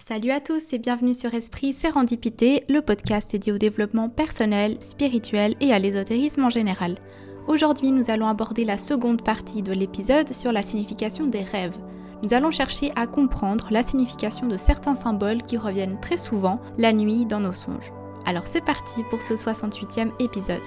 Salut à tous et bienvenue sur Esprit Sérendipité, le podcast dédié au développement personnel, spirituel et à l'ésotérisme en général. Aujourd'hui, nous allons aborder la seconde partie de l'épisode sur la signification des rêves. Nous allons chercher à comprendre la signification de certains symboles qui reviennent très souvent la nuit dans nos songes. Alors c'est parti pour ce 68e épisode.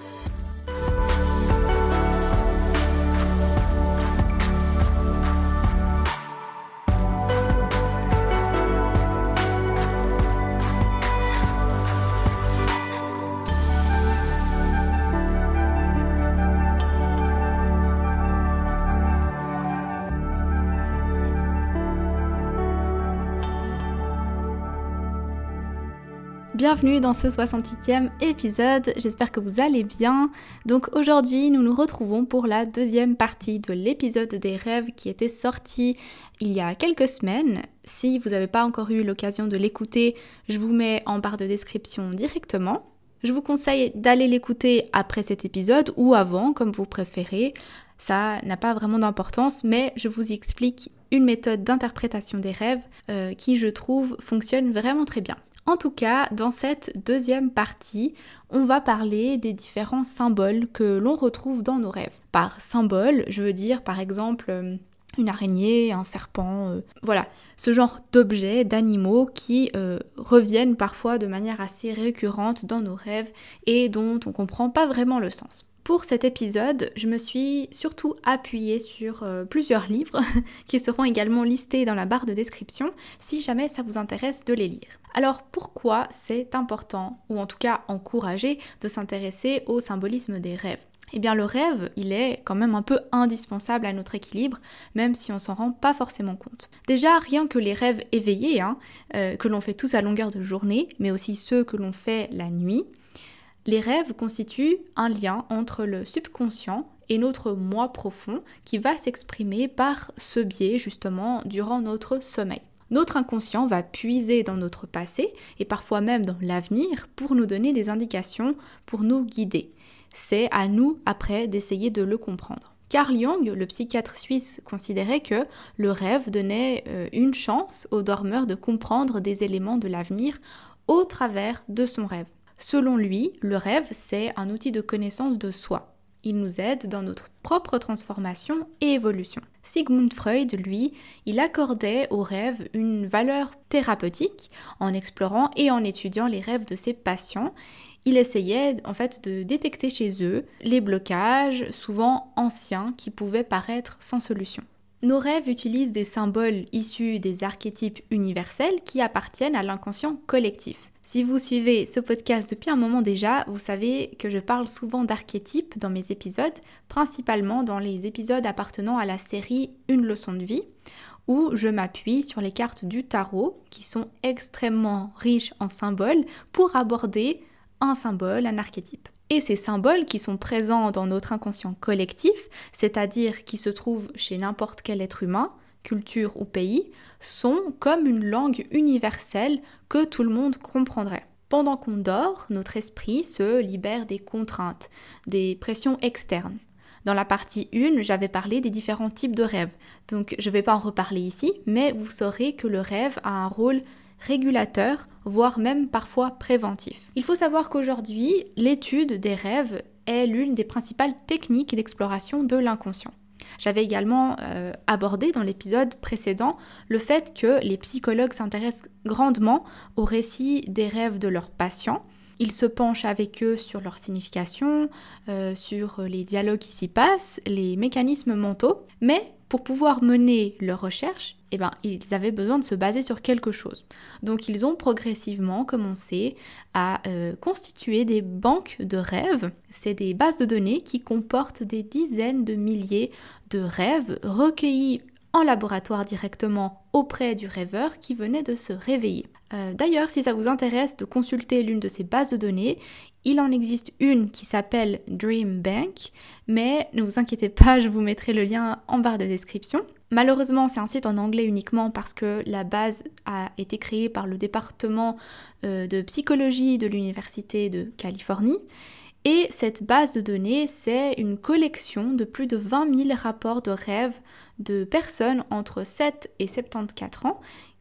Bienvenue dans ce 68e épisode, j'espère que vous allez bien. Donc aujourd'hui, nous nous retrouvons pour la deuxième partie de l'épisode des rêves qui était sorti il y a quelques semaines. Si vous n'avez pas encore eu l'occasion de l'écouter, je vous mets en barre de description directement. Je vous conseille d'aller l'écouter après cet épisode ou avant, comme vous préférez. Ça n'a pas vraiment d'importance, mais je vous explique une méthode d'interprétation des rêves qui, je trouve, fonctionne vraiment très bien. En tout cas, dans cette deuxième partie, on va parler des différents symboles que l'on retrouve dans nos rêves. Par symbole, je veux dire par exemple une araignée, un serpent, voilà, ce genre d'objets, d'animaux qui reviennent parfois de manière assez récurrente dans nos rêves et dont on ne comprend pas vraiment le sens. Pour cet épisode, je me suis surtout appuyée sur plusieurs livres qui seront également listés dans la barre de description si jamais ça vous intéresse de les lire. Alors pourquoi c'est important, ou en tout cas encouragé, de s'intéresser au symbolisme des rêves ? Eh bien le rêve, il est quand même un peu indispensable à notre équilibre, même si on s'en rend pas forcément compte. Déjà, rien que les rêves éveillés, que l'on fait tous à longueur de journée, mais aussi ceux que l'on fait la nuit, les rêves constituent un lien entre le subconscient et notre moi profond qui va s'exprimer par ce biais justement durant notre sommeil. Notre inconscient va puiser dans notre passé et parfois même dans l'avenir pour nous donner des indications, pour nous guider. C'est à nous après d'essayer de le comprendre. Carl Jung, le psychiatre suisse, considérait que le rêve donnait une chance au dormeur de comprendre des éléments de l'avenir au travers de son rêve. Selon lui, le rêve, c'est un outil de connaissance de soi. Il nous aide dans notre propre transformation et évolution. Sigmund Freud, lui, il accordait aux rêves une valeur thérapeutique en explorant et en étudiant les rêves de ses patients. Il essayait en fait de détecter chez eux les blocages, souvent anciens, qui pouvaient paraître sans solution. Nos rêves utilisent des symboles issus des archétypes universels qui appartiennent à l'inconscient collectif. Si vous suivez ce podcast depuis un moment déjà, vous savez que je parle souvent d'archétypes dans mes épisodes, principalement dans les épisodes appartenant à la série Une leçon de vie, où je m'appuie sur les cartes du tarot, qui sont extrêmement riches en symboles, pour aborder un symbole, un archétype. Et ces symboles qui sont présents dans notre inconscient collectif, c'est-à-dire qui se trouvent chez n'importe quel être humain, culture ou pays, sont comme une langue universelle que tout le monde comprendrait. Pendant qu'on dort, notre esprit se libère des contraintes, des pressions externes. Dans la partie 1, j'avais parlé des différents types de rêves, donc je ne vais pas en reparler ici, mais vous saurez que le rêve a un rôle régulateur, voire même parfois préventif. Il faut savoir qu'aujourd'hui, l'étude des rêves est l'une des principales techniques d'exploration de l'inconscient. J'avais également abordé dans l'épisode précédent le fait que les psychologues s'intéressent grandement aux récits des rêves de leurs patients. Ils se penchent avec eux sur leur signification, sur les dialogues qui s'y passent, les mécanismes mentaux, mais pour pouvoir mener leurs recherches, ils avaient besoin de se baser sur quelque chose. Donc ils ont progressivement commencé à constituer des banques de rêves. C'est des bases de données qui comportent des dizaines de milliers de rêves recueillis en laboratoire directement auprès du rêveur qui venait de se réveiller. D'ailleurs, si ça vous intéresse de consulter l'une de ces bases de données, il en existe une qui s'appelle Dream Bank, mais ne vous inquiétez pas, je vous mettrai le lien en barre de description. Malheureusement, c'est un site en anglais uniquement parce que la base a été créée par le département de psychologie de l'Université de Californie. Et cette base de données, c'est une collection de plus de 20 000 rapports de rêves de personnes entre 7 et 74 ans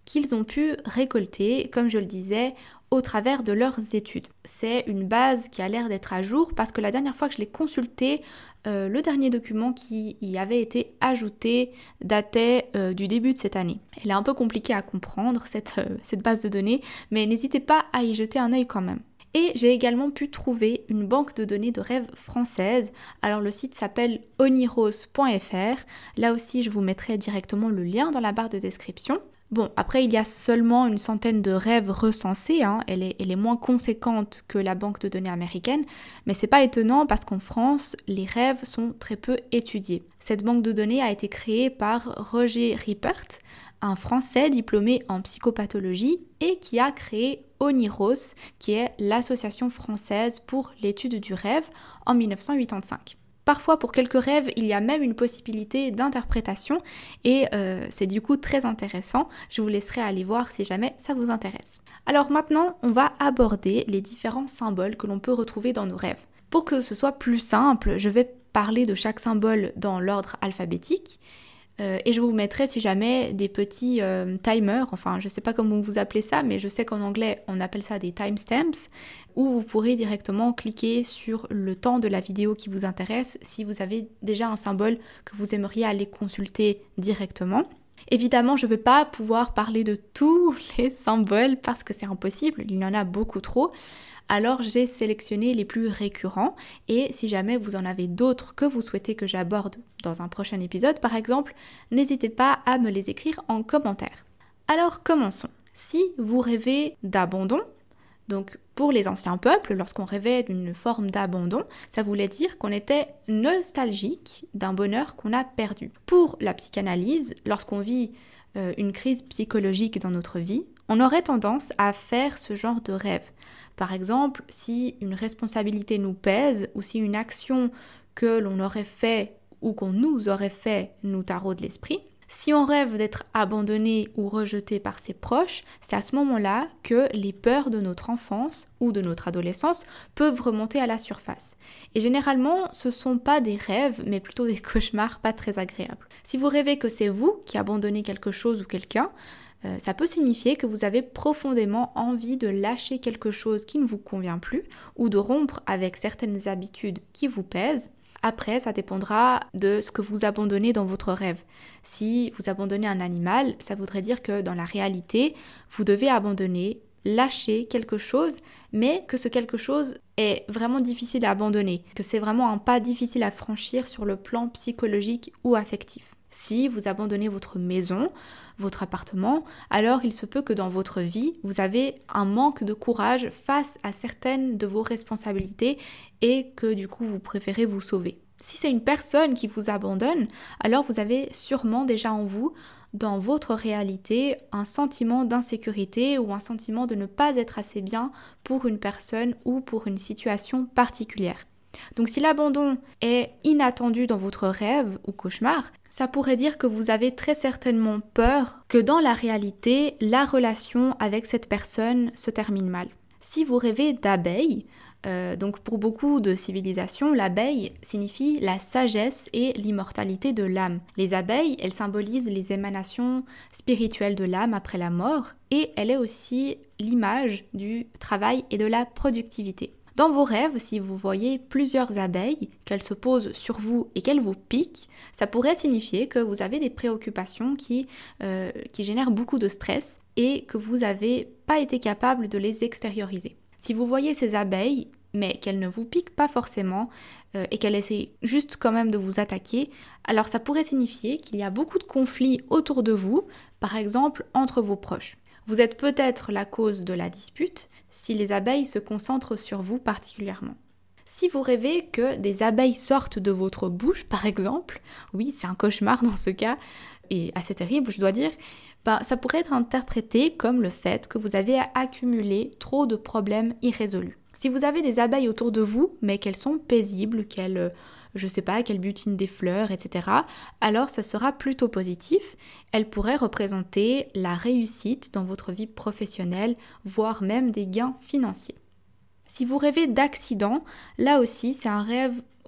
qu'ils ont pu récolter, comme je le disais, au travers de leurs études. C'est une base qui a l'air d'être à jour parce que la dernière fois que je l'ai consultée, le dernier document qui y avait été ajouté datait du début de cette année. Elle est un peu compliquée à comprendre, cette base de données, mais n'hésitez pas à y jeter un œil quand même. Et j'ai également pu trouver une banque de données de rêves française. Alors le site s'appelle oniros.fr. Là aussi, je vous mettrai directement le lien dans la barre de description. Bon, après, il y a seulement une centaine de rêves recensés, elle est moins conséquente que la banque de données américaine, mais c'est pas étonnant parce qu'en France, les rêves sont très peu étudiés. Cette banque de données a été créée par Roger Rippert, un Français diplômé en psychopathologie et qui a créé Oniros, qui est l'association française pour l'étude du rêve, en 1985. Parfois, pour quelques rêves, il y a même une possibilité d'interprétation et c'est du coup très intéressant. Je vous laisserai aller voir si jamais ça vous intéresse. Alors maintenant, on va aborder les différents symboles que l'on peut retrouver dans nos rêves. Pour que ce soit plus simple, je vais parler de chaque symbole dans l'ordre alphabétique. Et je vous mettrai si jamais des petits timers, enfin je ne sais pas comment vous appelez ça, mais je sais qu'en anglais on appelle ça des timestamps, où vous pourrez directement cliquer sur le temps de la vidéo qui vous intéresse si vous avez déjà un symbole que vous aimeriez aller consulter directement. Évidemment, je ne vais pas pouvoir parler de tous les symboles parce que c'est impossible, il y en a beaucoup trop. Alors j'ai sélectionné les plus récurrents et si jamais vous en avez d'autres que vous souhaitez que j'aborde dans un prochain épisode par exemple, n'hésitez pas à me les écrire en commentaire. Alors commençons. Si vous rêvez d'abandon, donc pour les anciens peuples, lorsqu'on rêvait d'une forme d'abandon, ça voulait dire qu'on était nostalgique d'un bonheur qu'on a perdu. Pour la psychanalyse, lorsqu'on vit une crise psychologique dans notre vie, on aurait tendance à faire ce genre de rêve. Par exemple, si une responsabilité nous pèse ou si une action que l'on aurait fait ou qu'on nous aurait fait nous taraude l'esprit, si on rêve d'être abandonné ou rejeté par ses proches, c'est à ce moment-là que les peurs de notre enfance ou de notre adolescence peuvent remonter à la surface. Et généralement, ce ne sont pas des rêves, mais plutôt des cauchemars pas très agréables. Si vous rêvez que c'est vous qui abandonnez quelque chose ou quelqu'un, ça peut signifier que vous avez profondément envie de lâcher quelque chose qui ne vous convient plus ou de rompre avec certaines habitudes qui vous pèsent. Après, ça dépendra de ce que vous abandonnez dans votre rêve. Si vous abandonnez un animal, ça voudrait dire que dans la réalité, vous devez abandonner, lâcher quelque chose, mais que ce quelque chose est vraiment difficile à abandonner, que c'est vraiment un pas difficile à franchir sur le plan psychologique ou affectif. Si vous abandonnez votre maison, votre appartement, alors il se peut que dans votre vie, vous avez un manque de courage face à certaines de vos responsabilités et que du coup vous préférez vous sauver. Si c'est une personne qui vous abandonne, alors vous avez sûrement déjà en vous, dans votre réalité, un sentiment d'insécurité ou un sentiment de ne pas être assez bien pour une personne ou pour une situation particulière. Donc si l'abandon est inattendu dans votre rêve ou cauchemar, ça pourrait dire que vous avez très certainement peur que dans la réalité, la relation avec cette personne se termine mal. Si vous rêvez d'abeilles, donc pour beaucoup de civilisations, l'abeille signifie la sagesse et l'immortalité de l'âme. Les abeilles, elles symbolisent les émanations spirituelles de l'âme après la mort et elle est aussi l'image du travail et de la productivité. Dans vos rêves, si vous voyez plusieurs abeilles, qu'elles se posent sur vous et qu'elles vous piquent, ça pourrait signifier que vous avez des préoccupations qui génèrent beaucoup de stress et que vous n'avez pas été capable de les extérioriser. Si vous voyez ces abeilles, mais qu'elles ne vous piquent pas forcément et qu'elles essaient juste quand même de vous attaquer, alors ça pourrait signifier qu'il y a beaucoup de conflits autour de vous, par exemple entre vos proches. Vous êtes peut-être la cause de la dispute si les abeilles se concentrent sur vous particulièrement. Si vous rêvez que des abeilles sortent de votre bouche, par exemple, oui, c'est un cauchemar dans ce cas, et assez terrible, je dois dire, ça pourrait être interprété comme le fait que vous avez accumulé trop de problèmes irrésolus. Si vous avez des abeilles autour de vous, mais qu'elles sont paisibles, qu'elles butinent des fleurs, etc., alors ça sera plutôt positif. Elles pourraient représenter la réussite dans votre vie professionnelle, voire même des gains financiers. Si vous rêvez d'accident, là aussi c'est un rêve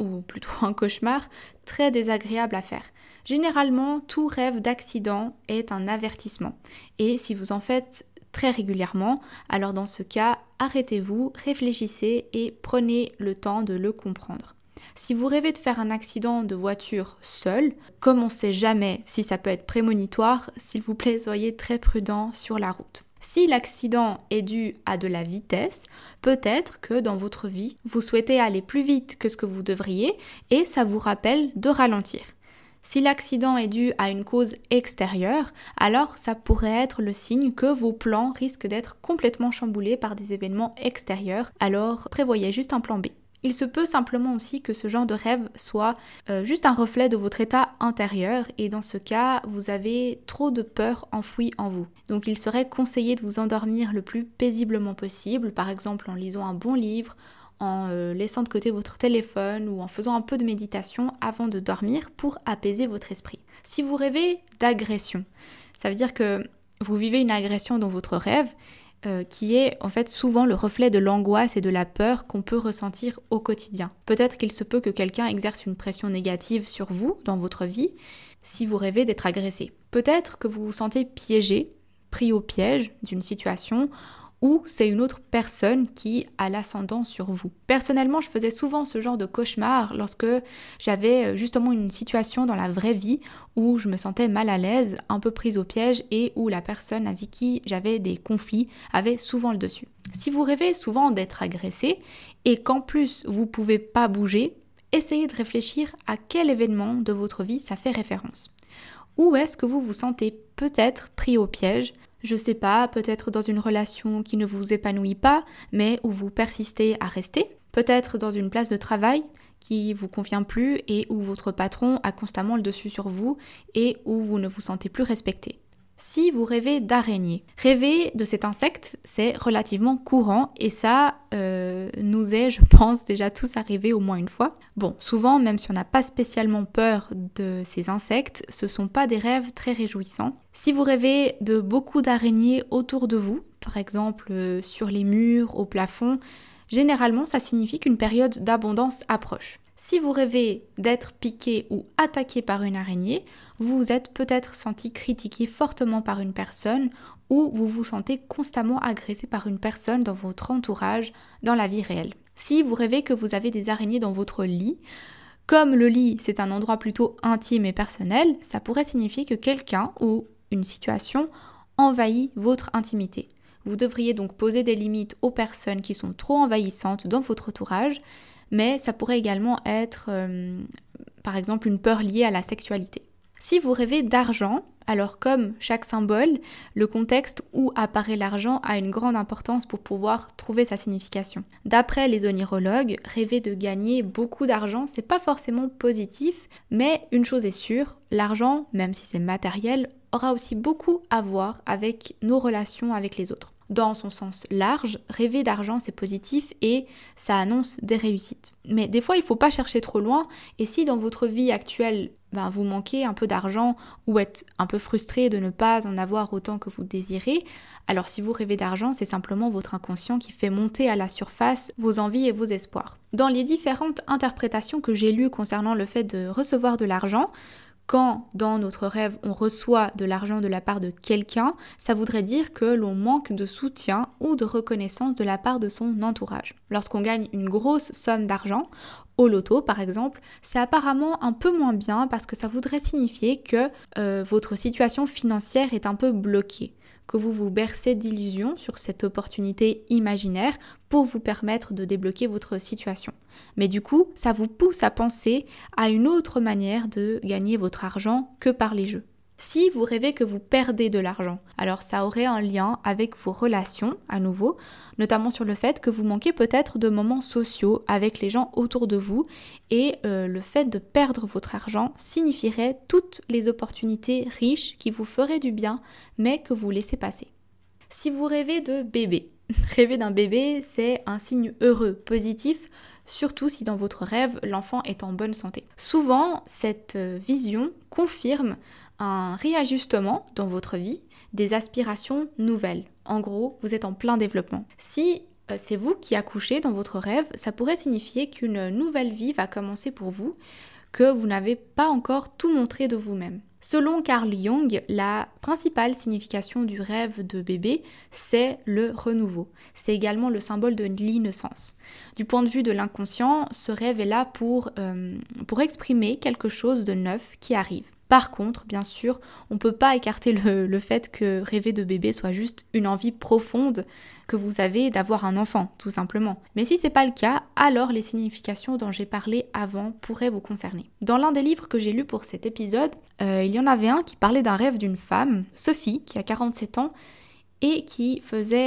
ou plutôt un cauchemar, très désagréable à faire. Généralement, tout rêve d'accident est un avertissement. Et si vous en faites très régulièrement, alors dans ce cas, arrêtez-vous, réfléchissez et prenez le temps de le comprendre. Si vous rêvez de faire un accident de voiture seul, comme on ne sait jamais si ça peut être prémonitoire, s'il vous plaît, soyez très prudent sur la route. Si l'accident est dû à de la vitesse, peut-être que dans votre vie, vous souhaitez aller plus vite que ce que vous devriez et ça vous rappelle de ralentir. Si l'accident est dû à une cause extérieure, alors ça pourrait être le signe que vos plans risquent d'être complètement chamboulés par des événements extérieurs, alors prévoyez juste un plan B. Il se peut simplement aussi que ce genre de rêve soit juste un reflet de votre état intérieur et dans ce cas, vous avez trop de peur enfouie en vous. Donc il serait conseillé de vous endormir le plus paisiblement possible, par exemple en lisant un bon livre, en laissant de côté votre téléphone ou en faisant un peu de méditation avant de dormir pour apaiser votre esprit. Si vous rêvez d'agression, ça veut dire que vous vivez une agression dans votre rêve qui est en fait souvent le reflet de l'angoisse et de la peur qu'on peut ressentir au quotidien. Peut-être qu'il se peut que quelqu'un exerce une pression négative sur vous dans votre vie si vous rêvez d'être agressé. Peut-être que vous vous sentez piégé, pris au piège d'une situation ou c'est une autre personne qui a l'ascendant sur vous. Personnellement, je faisais souvent ce genre de cauchemar lorsque j'avais justement une situation dans la vraie vie où je me sentais mal à l'aise, un peu prise au piège et où la personne avec qui j'avais des conflits avait souvent le dessus. Si vous rêvez souvent d'être agressé et qu'en plus vous pouvez pas bouger, essayez de réfléchir à quel événement de votre vie ça fait référence. Où est-ce que vous vous sentez peut-être pris au piège ? Je sais pas, peut-être dans une relation qui ne vous épanouit pas, mais où vous persistez à rester. Peut-être dans une place de travail qui vous convient plus et où votre patron a constamment le dessus sur vous et où vous ne vous sentez plus respecté. Si vous rêvez d'araignée, rêver de cet insecte, c'est relativement courant et ça nous est, je pense, déjà tous arrivé au moins une fois. Bon, souvent, même si on n'a pas spécialement peur de ces insectes, ce ne sont pas des rêves très réjouissants. Si vous rêvez de beaucoup d'araignées autour de vous, par exemple sur les murs, au plafond, généralement ça signifie qu'une période d'abondance approche. Si vous rêvez d'être piqué ou attaqué par une araignée, vous vous êtes peut-être senti critiqué fortement par une personne ou vous vous sentez constamment agressé par une personne dans votre entourage, dans la vie réelle. Si vous rêvez que vous avez des araignées dans votre lit, comme le lit c'est un endroit plutôt intime et personnel, ça pourrait signifier que quelqu'un ou une situation envahit votre intimité. Vous devriez donc poser des limites aux personnes qui sont trop envahissantes dans votre entourage, mais ça pourrait également être, par exemple, une peur liée à la sexualité. Si vous rêvez d'argent, alors comme chaque symbole, le contexte où apparaît l'argent a une grande importance pour pouvoir trouver sa signification. D'après les onirologues, rêver de gagner beaucoup d'argent, c'est pas forcément positif, mais une chose est sûre, l'argent, même si c'est matériel, aura aussi beaucoup à voir avec nos relations avec les autres. Dans son sens large, rêver d'argent c'est positif et ça annonce des réussites. Mais des fois il ne faut pas chercher trop loin et si dans votre vie actuelle vous manquez un peu d'argent ou êtes un peu frustré de ne pas en avoir autant que vous désirez, alors si vous rêvez d'argent c'est simplement votre inconscient qui fait monter à la surface vos envies et vos espoirs. Dans les différentes interprétations que j'ai lues concernant le fait de recevoir de l'argent, quand dans notre rêve on reçoit de l'argent de la part de quelqu'un, ça voudrait dire que l'on manque de soutien ou de reconnaissance de la part de son entourage. Lorsqu'on gagne une grosse somme d'argent, au loto par exemple, c'est apparemment un peu moins bien parce que ça voudrait signifier que votre situation financière est un peu bloquée, que vous vous bercez d'illusions sur cette opportunité imaginaire pour vous permettre de débloquer votre situation. Mais du coup, ça vous pousse à penser à une autre manière de gagner votre argent que par les jeux. Si vous rêvez que vous perdez de l'argent, alors ça aurait un lien avec vos relations à nouveau, notamment sur le fait que vous manquez peut-être de moments sociaux avec les gens autour de vous et le fait de perdre votre argent signifierait toutes les opportunités riches qui vous feraient du bien mais que vous laissez passer. Si vous rêvez de bébé, rêver d'un bébé c'est un signe heureux, positif, surtout si dans votre rêve l'enfant est en bonne santé. Souvent cette vision confirme un réajustement dans votre vie, des aspirations nouvelles. En gros, vous êtes en plein développement. Si c'est vous qui accouchez dans votre rêve, ça pourrait signifier qu'une nouvelle vie va commencer pour vous, que vous n'avez pas encore tout montré de vous-même. Selon Carl Jung, la principale signification du rêve de bébé, c'est le renouveau. C'est également le symbole de l'innocence. Du point de vue de l'inconscient, ce rêve est là pour exprimer quelque chose de neuf qui arrive. Par contre, bien sûr, on ne peut pas écarter le fait que rêver de bébé soit juste une envie profonde que vous avez d'avoir un enfant, tout simplement. Mais si ce n'est pas le cas, alors les significations dont j'ai parlé avant pourraient vous concerner. Dans l'un des livres que j'ai lus pour cet épisode, il y en avait un qui parlait d'un rêve d'une femme, Sophie, qui a 47 ans, et qui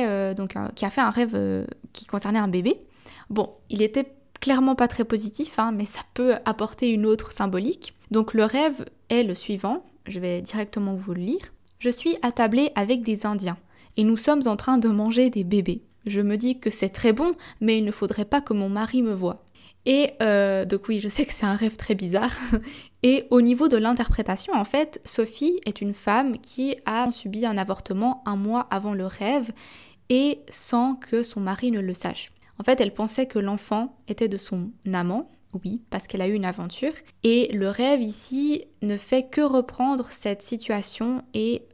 a fait un rêve qui concernait un bébé. Bon, il était clairement pas très positif, mais ça peut apporter une autre symbolique. Donc le rêve est le suivant, je vais directement vous le lire. Je suis attablée avec des Indiens et nous sommes en train de manger des bébés. Je me dis que c'est très bon, mais il ne faudrait pas que mon mari me voie. Et donc oui, je sais que c'est un rêve très bizarre. Et au niveau de l'interprétation, en fait, Sophie est une femme qui a subi un avortement 1 mois avant le rêve et sans que son mari ne le sache. En fait, elle pensait que l'enfant était de son amant, oui, parce qu'elle a eu une aventure. Et le rêve ici ne fait que reprendre cette situation et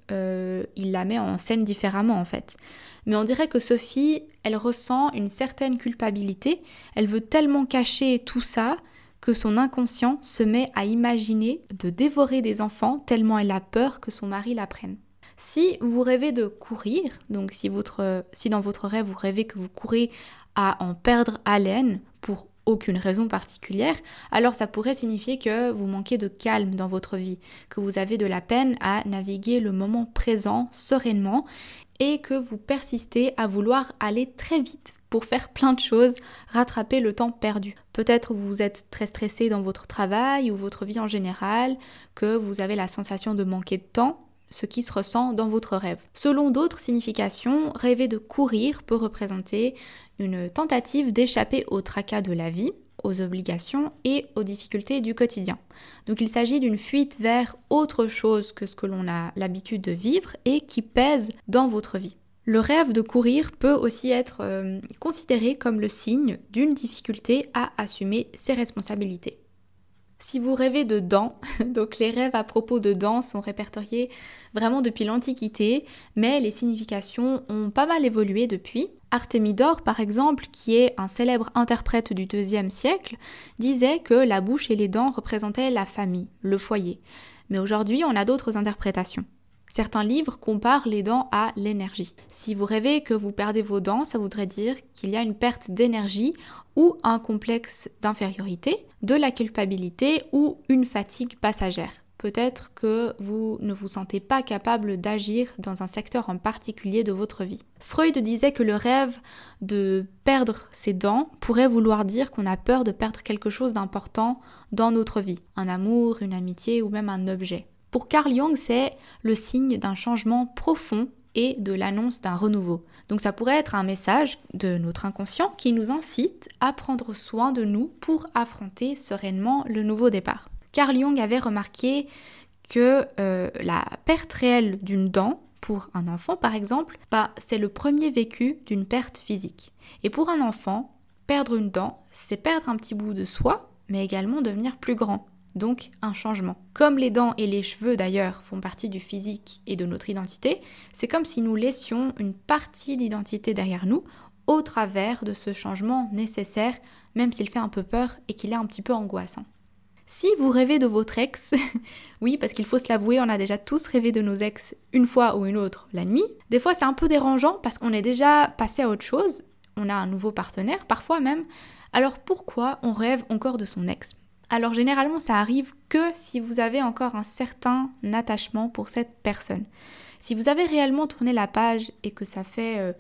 il la met en scène différemment en fait. Mais on dirait que Sophie, elle ressent une certaine culpabilité. Elle veut tellement cacher tout ça que son inconscient se met à imaginer de dévorer des enfants tellement elle a peur que son mari la prenne. Si vous rêvez de courir, donc si dans votre rêve vous rêvez que vous courez à en perdre haleine pour aucune raison particulière, alors ça pourrait signifier que vous manquez de calme dans votre vie, que vous avez de la peine à naviguer le moment présent sereinement et que vous persistez à vouloir aller très vite pour faire plein de choses, rattraper le temps perdu. Peut-être vous êtes très stressé dans votre travail ou votre vie en général, que vous avez la sensation de manquer de temps, ce qui se ressent dans votre rêve. Selon d'autres significations, rêver de courir peut représenter une tentative d'échapper au tracas de la vie, aux obligations et aux difficultés du quotidien. Donc il s'agit d'une fuite vers autre chose que ce que l'on a l'habitude de vivre et qui pèse dans votre vie. Le rêve de courir peut aussi être considéré comme le signe d'une difficulté à assumer ses responsabilités. Si vous rêvez de dents, donc les rêves à propos de dents sont répertoriés vraiment depuis l'Antiquité, mais les significations ont pas mal évolué depuis. Artémidore, par exemple, qui est un célèbre interprète du IIe siècle, disait que la bouche et les dents représentaient la famille, le foyer. Mais aujourd'hui, on a d'autres interprétations. Certains livres comparent les dents à l'énergie. Si vous rêvez que vous perdez vos dents, ça voudrait dire qu'il y a une perte d'énergie ou un complexe d'infériorité, de la culpabilité ou une fatigue passagère. Peut-être que vous ne vous sentez pas capable d'agir dans un secteur en particulier de votre vie. Freud disait que le rêve de perdre ses dents pourrait vouloir dire qu'on a peur de perdre quelque chose d'important dans notre vie, un amour, une amitié ou même un objet. Pour Carl Jung, c'est le signe d'un changement profond et de l'annonce d'un renouveau. Donc ça pourrait être un message de notre inconscient qui nous incite à prendre soin de nous pour affronter sereinement le nouveau départ. Carl Jung avait remarqué que la perte réelle d'une dent, pour un enfant par exemple, c'est le premier vécu d'une perte physique. Et pour un enfant, perdre une dent, c'est perdre un petit bout de soi, mais également devenir plus grand. Donc un changement. Comme les dents et les cheveux d'ailleurs font partie du physique et de notre identité, c'est comme si nous laissions une partie d'identité derrière nous au travers de ce changement nécessaire, même s'il fait un peu peur et qu'il est un petit peu angoissant. Si vous rêvez de votre ex, oui, parce qu'il faut se l'avouer, on a déjà tous rêvé de nos ex une fois ou une autre la nuit, des fois c'est un peu dérangeant parce qu'on est déjà passé à autre chose, on a un nouveau partenaire parfois même, alors pourquoi on rêve encore de son ex ? Alors généralement ça arrive que si vous avez encore un certain attachement pour cette personne. Si vous avez réellement tourné la page et que ça fait,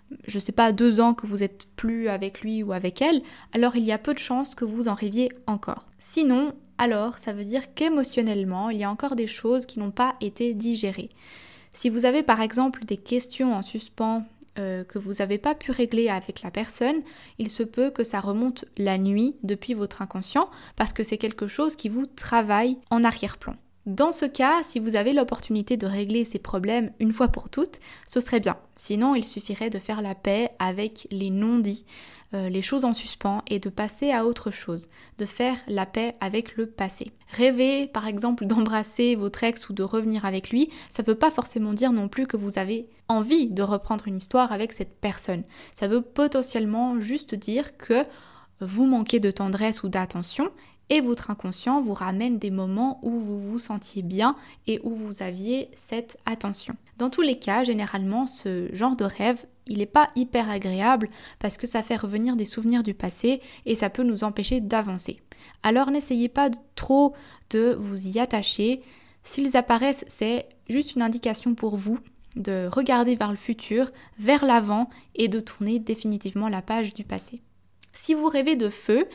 2 ans que vous n'êtes plus avec lui ou avec elle, alors il y a peu de chances que vous en rêviez encore. Sinon, alors ça veut dire qu'émotionnellement, il y a encore des choses qui n'ont pas été digérées. Si vous avez par exemple des questions en suspens que vous n'avez pas pu régler avec la personne, il se peut que ça remonte la nuit depuis votre inconscient parce que c'est quelque chose qui vous travaille en arrière-plan. Dans ce cas, si vous avez l'opportunité de régler ces problèmes une fois pour toutes, ce serait bien. Sinon, il suffirait de faire la paix avec les non-dits, les choses en suspens et de passer à autre chose, de faire la paix avec le passé. Rêver, par exemple, d'embrasser votre ex ou de revenir avec lui, ça ne veut pas forcément dire non plus que vous avez envie de reprendre une histoire avec cette personne. Ça veut potentiellement juste dire que vous manquez de tendresse ou d'attention et votre inconscient vous ramène des moments où vous vous sentiez bien et où vous aviez cette attention. Dans tous les cas, généralement, ce genre de rêve, il n'est pas hyper agréable parce que ça fait revenir des souvenirs du passé et ça peut nous empêcher d'avancer. Alors n'essayez pas trop de vous y attacher. S'ils apparaissent, c'est juste une indication pour vous de regarder vers le futur, vers l'avant et de tourner définitivement la page du passé. Si vous rêvez de feu,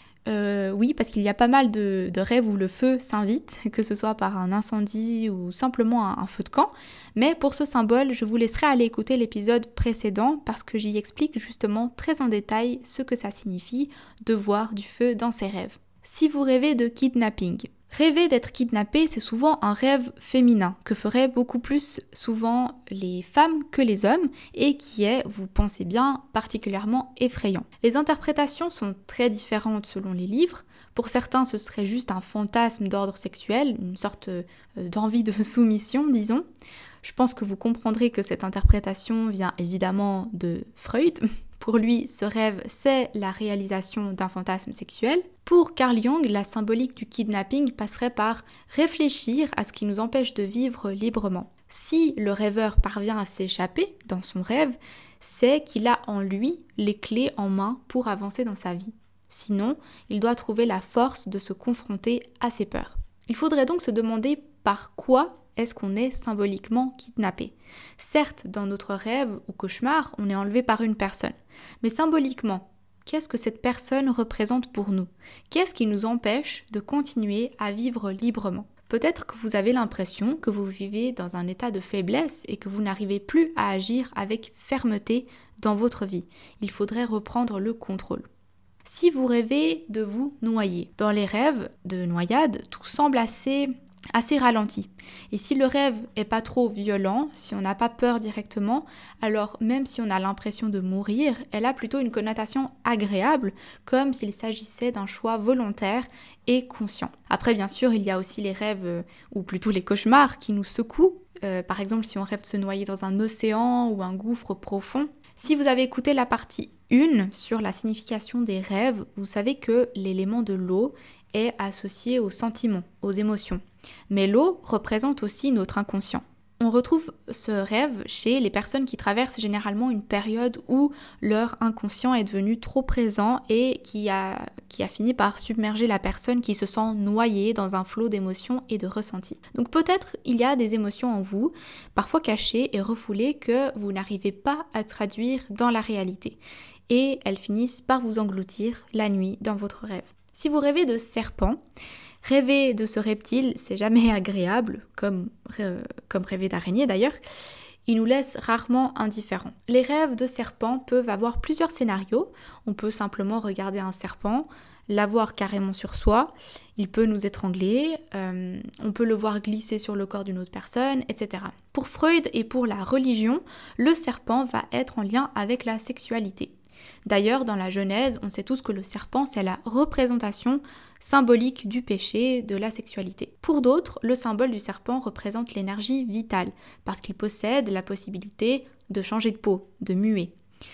oui, parce qu'il y a pas mal de rêves où le feu s'invite, que ce soit par un incendie ou simplement un feu de camp. Mais pour ce symbole, je vous laisserai aller écouter l'épisode précédent parce que j'y explique justement très en détail ce que ça signifie de voir du feu dans ses rêves. Si vous rêvez de kidnapping, rêver d'être kidnappé, c'est souvent un rêve féminin que feraient beaucoup plus souvent les femmes que les hommes et qui est, vous pensez bien, particulièrement effrayant. Les interprétations sont très différentes selon les livres. Pour certains, ce serait juste un fantasme d'ordre sexuel, une sorte d'envie de soumission, disons. Je pense que vous comprendrez que cette interprétation vient évidemment de Freud. Pour lui, ce rêve, c'est la réalisation d'un fantasme sexuel. Pour Carl Jung, la symbolique du kidnapping passerait par réfléchir à ce qui nous empêche de vivre librement. Si le rêveur parvient à s'échapper dans son rêve, c'est qu'il a en lui les clés en main pour avancer dans sa vie. Sinon, il doit trouver la force de se confronter à ses peurs. Il faudrait donc se demander par quoi est-ce qu'on est symboliquement kidnappé. Certes, dans notre rêve ou cauchemar, on est enlevé par une personne. Mais symboliquement, qu'est-ce que cette personne représente pour nous? Qu'est-ce qui nous empêche de continuer à vivre librement? Peut-être que vous avez l'impression que vous vivez dans un état de faiblesse et que vous n'arrivez plus à agir avec fermeté dans votre vie. Il faudrait reprendre le contrôle. Si vous rêvez de vous noyer, dans les rêves de noyade, tout semble assez ralenti. Et si le rêve est pas trop violent, si on n'a pas peur directement, alors même si on a l'impression de mourir, elle a plutôt une connotation agréable, comme s'il s'agissait d'un choix volontaire et conscient. Après, bien sûr, il y a aussi les rêves, ou plutôt les cauchemars, qui nous secouent. Par exemple, si on rêve de se noyer dans un océan ou un gouffre profond. Si vous avez écouté la partie 1 sur la signification des rêves, vous savez que l'élément de l'eau est associé aux sentiments, aux émotions. Mais l'eau représente aussi notre inconscient. On retrouve ce rêve chez les personnes qui traversent généralement une période où leur inconscient est devenu trop présent et qui a fini par submerger la personne qui se sent noyée dans un flot d'émotions et de ressentis. Donc peut-être il y a des émotions en vous, parfois cachées et refoulées, que vous n'arrivez pas à traduire dans la réalité. Et elles finissent par vous engloutir la nuit dans votre rêve. Si vous rêvez de serpent, rêver de ce reptile, c'est jamais agréable, comme rêver d'araignée d'ailleurs. Il nous laisse rarement indifférents. Les rêves de serpent peuvent avoir plusieurs scénarios. On peut simplement regarder un serpent, l'avoir carrément sur soi, il peut nous étrangler, on peut le voir glisser sur le corps d'une autre personne, etc. Pour Freud et pour la religion, le serpent va être en lien avec la sexualité. D'ailleurs, dans la Genèse, on sait tous que le serpent, c'est la représentation symbolique du péché, de la sexualité. Pour d'autres, le symbole du serpent représente l'énergie vitale, parce qu'il possède la possibilité de changer de peau, de muer.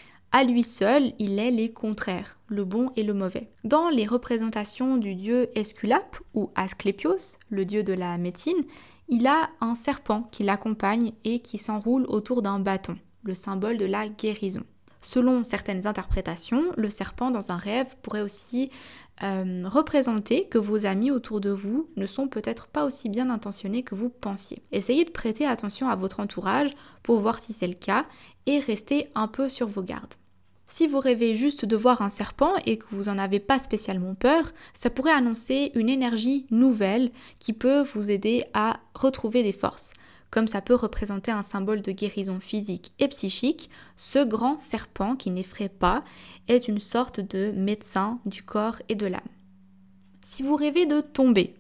À lui seul, il est les contraires, le bon et le mauvais. Dans les représentations du dieu Esculape, ou Asclépios, le dieu de la médecine, il a un serpent qui l'accompagne et qui s'enroule autour d'un bâton, le symbole de la guérison. Selon certaines interprétations, le serpent dans un rêve pourrait aussi représenter que vos amis autour de vous ne sont peut-être pas aussi bien intentionnés que vous pensiez. Essayez de prêter attention à votre entourage pour voir si c'est le cas et restez un peu sur vos gardes. Si vous rêvez juste de voir un serpent et que vous n'en avez pas spécialement peur, ça pourrait annoncer une énergie nouvelle qui peut vous aider à retrouver des forces. Comme ça peut représenter un symbole de guérison physique et psychique, ce grand serpent qui n'effraie pas est une sorte de médecin du corps et de l'âme. Si vous rêvez de tomber,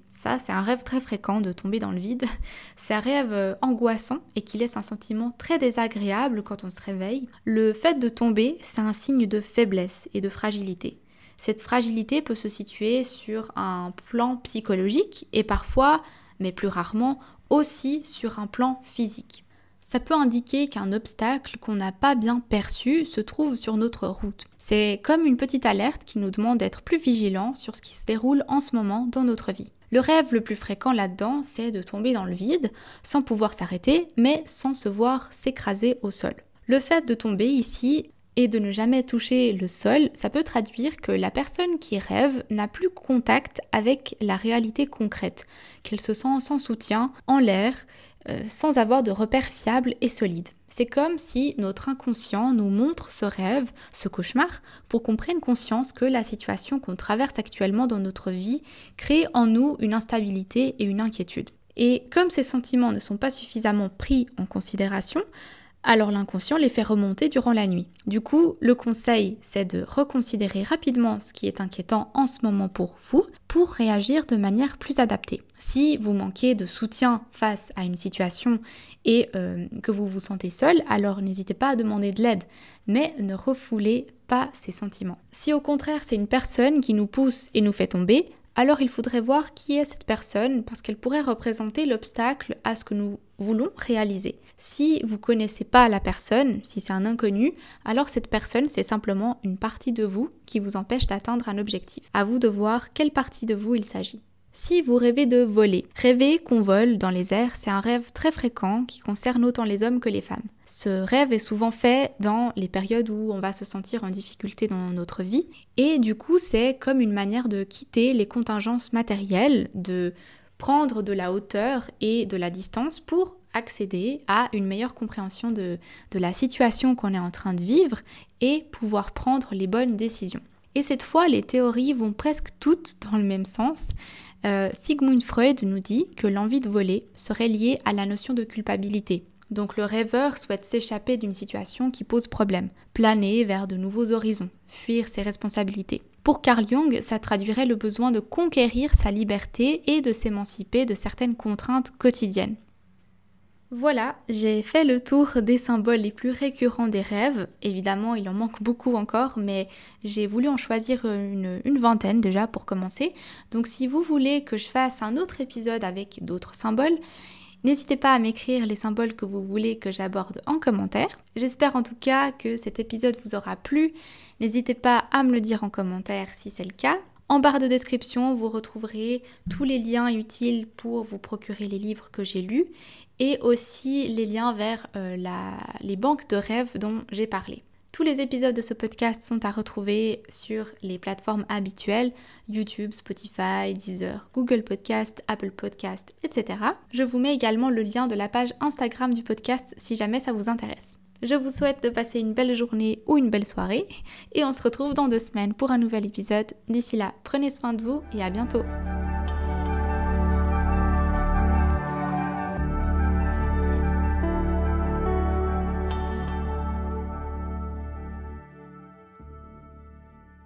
Ça, c'est un rêve très fréquent de tomber dans le vide. C'est un rêve angoissant et qui laisse un sentiment très désagréable quand on se réveille. Le fait de tomber, c'est un signe de faiblesse et de fragilité. Cette fragilité peut se situer sur un plan psychologique et parfois, mais plus rarement, aussi sur un plan physique. Ça peut indiquer qu'un obstacle qu'on n'a pas bien perçu se trouve sur notre route. C'est comme une petite alerte qui nous demande d'être plus vigilants sur ce qui se déroule en ce moment dans notre vie. Le rêve le plus fréquent là-dedans, c'est de tomber dans le vide, sans pouvoir s'arrêter, mais sans se voir s'écraser au sol. Le fait de tomber ici et de ne jamais toucher le sol, ça peut traduire que la personne qui rêve n'a plus contact avec la réalité concrète, qu'elle se sent sans soutien, en l'air, sans avoir de repères fiables et solides. C'est comme si notre inconscient nous montre ce rêve, ce cauchemar, pour qu'on prenne conscience que la situation qu'on traverse actuellement dans notre vie crée en nous une instabilité et une inquiétude. Et comme ces sentiments ne sont pas suffisamment pris en considération, alors l'inconscient les fait remonter durant la nuit. Du coup, le conseil, c'est de reconsidérer rapidement ce qui est inquiétant en ce moment pour vous, pour réagir de manière plus adaptée. Si vous manquez de soutien face à une situation et que vous vous sentez seul, alors n'hésitez pas à demander de l'aide, mais ne refoulez pas ces sentiments. Si au contraire c'est une personne qui nous pousse et nous fait tomber, alors il faudrait voir qui est cette personne parce qu'elle pourrait représenter l'obstacle à ce que nous voulons réaliser. Si vous ne connaissez pas la personne, si c'est un inconnu, alors cette personne c'est simplement une partie de vous qui vous empêche d'atteindre un objectif. À vous de voir quelle partie de vous il s'agit. Si vous rêvez de voler, rêver qu'on vole dans les airs, c'est un rêve très fréquent qui concerne autant les hommes que les femmes. Ce rêve est souvent fait dans les périodes où on va se sentir en difficulté dans notre vie et du coup c'est comme une manière de quitter les contingences matérielles, de prendre de la hauteur et de la distance pour accéder à une meilleure compréhension de la situation qu'on est en train de vivre et pouvoir prendre les bonnes décisions. Et cette fois, les théories vont presque toutes dans le même sens. Sigmund Freud nous dit que l'envie de voler serait liée à la notion de culpabilité. Donc le rêveur souhaite s'échapper d'une situation qui pose problème, planer vers de nouveaux horizons, fuir ses responsabilités. Pour Carl Jung, ça traduirait le besoin de conquérir sa liberté et de s'émanciper de certaines contraintes quotidiennes. Voilà, j'ai fait le tour des symboles les plus récurrents des rêves. Évidemment, il en manque beaucoup encore, mais j'ai voulu en choisir une vingtaine déjà pour commencer. Donc si vous voulez que je fasse un autre épisode avec d'autres symboles, n'hésitez pas à m'écrire les symboles que vous voulez que j'aborde en commentaire. J'espère en tout cas que cet épisode vous aura plu. N'hésitez pas à me le dire en commentaire si c'est le cas. En barre de description, vous retrouverez tous les liens utiles pour vous procurer les livres que j'ai lus et aussi les liens vers les banques de rêves dont j'ai parlé. Tous les épisodes de ce podcast sont à retrouver sur les plateformes habituelles, YouTube, Spotify, Deezer, Google Podcast, Apple Podcast, etc. Je vous mets également le lien de la page Instagram du podcast si jamais ça vous intéresse. Je vous souhaite de passer une belle journée ou une belle soirée et on se retrouve dans 2 semaines pour un nouvel épisode. D'ici là, prenez soin de vous et à bientôt.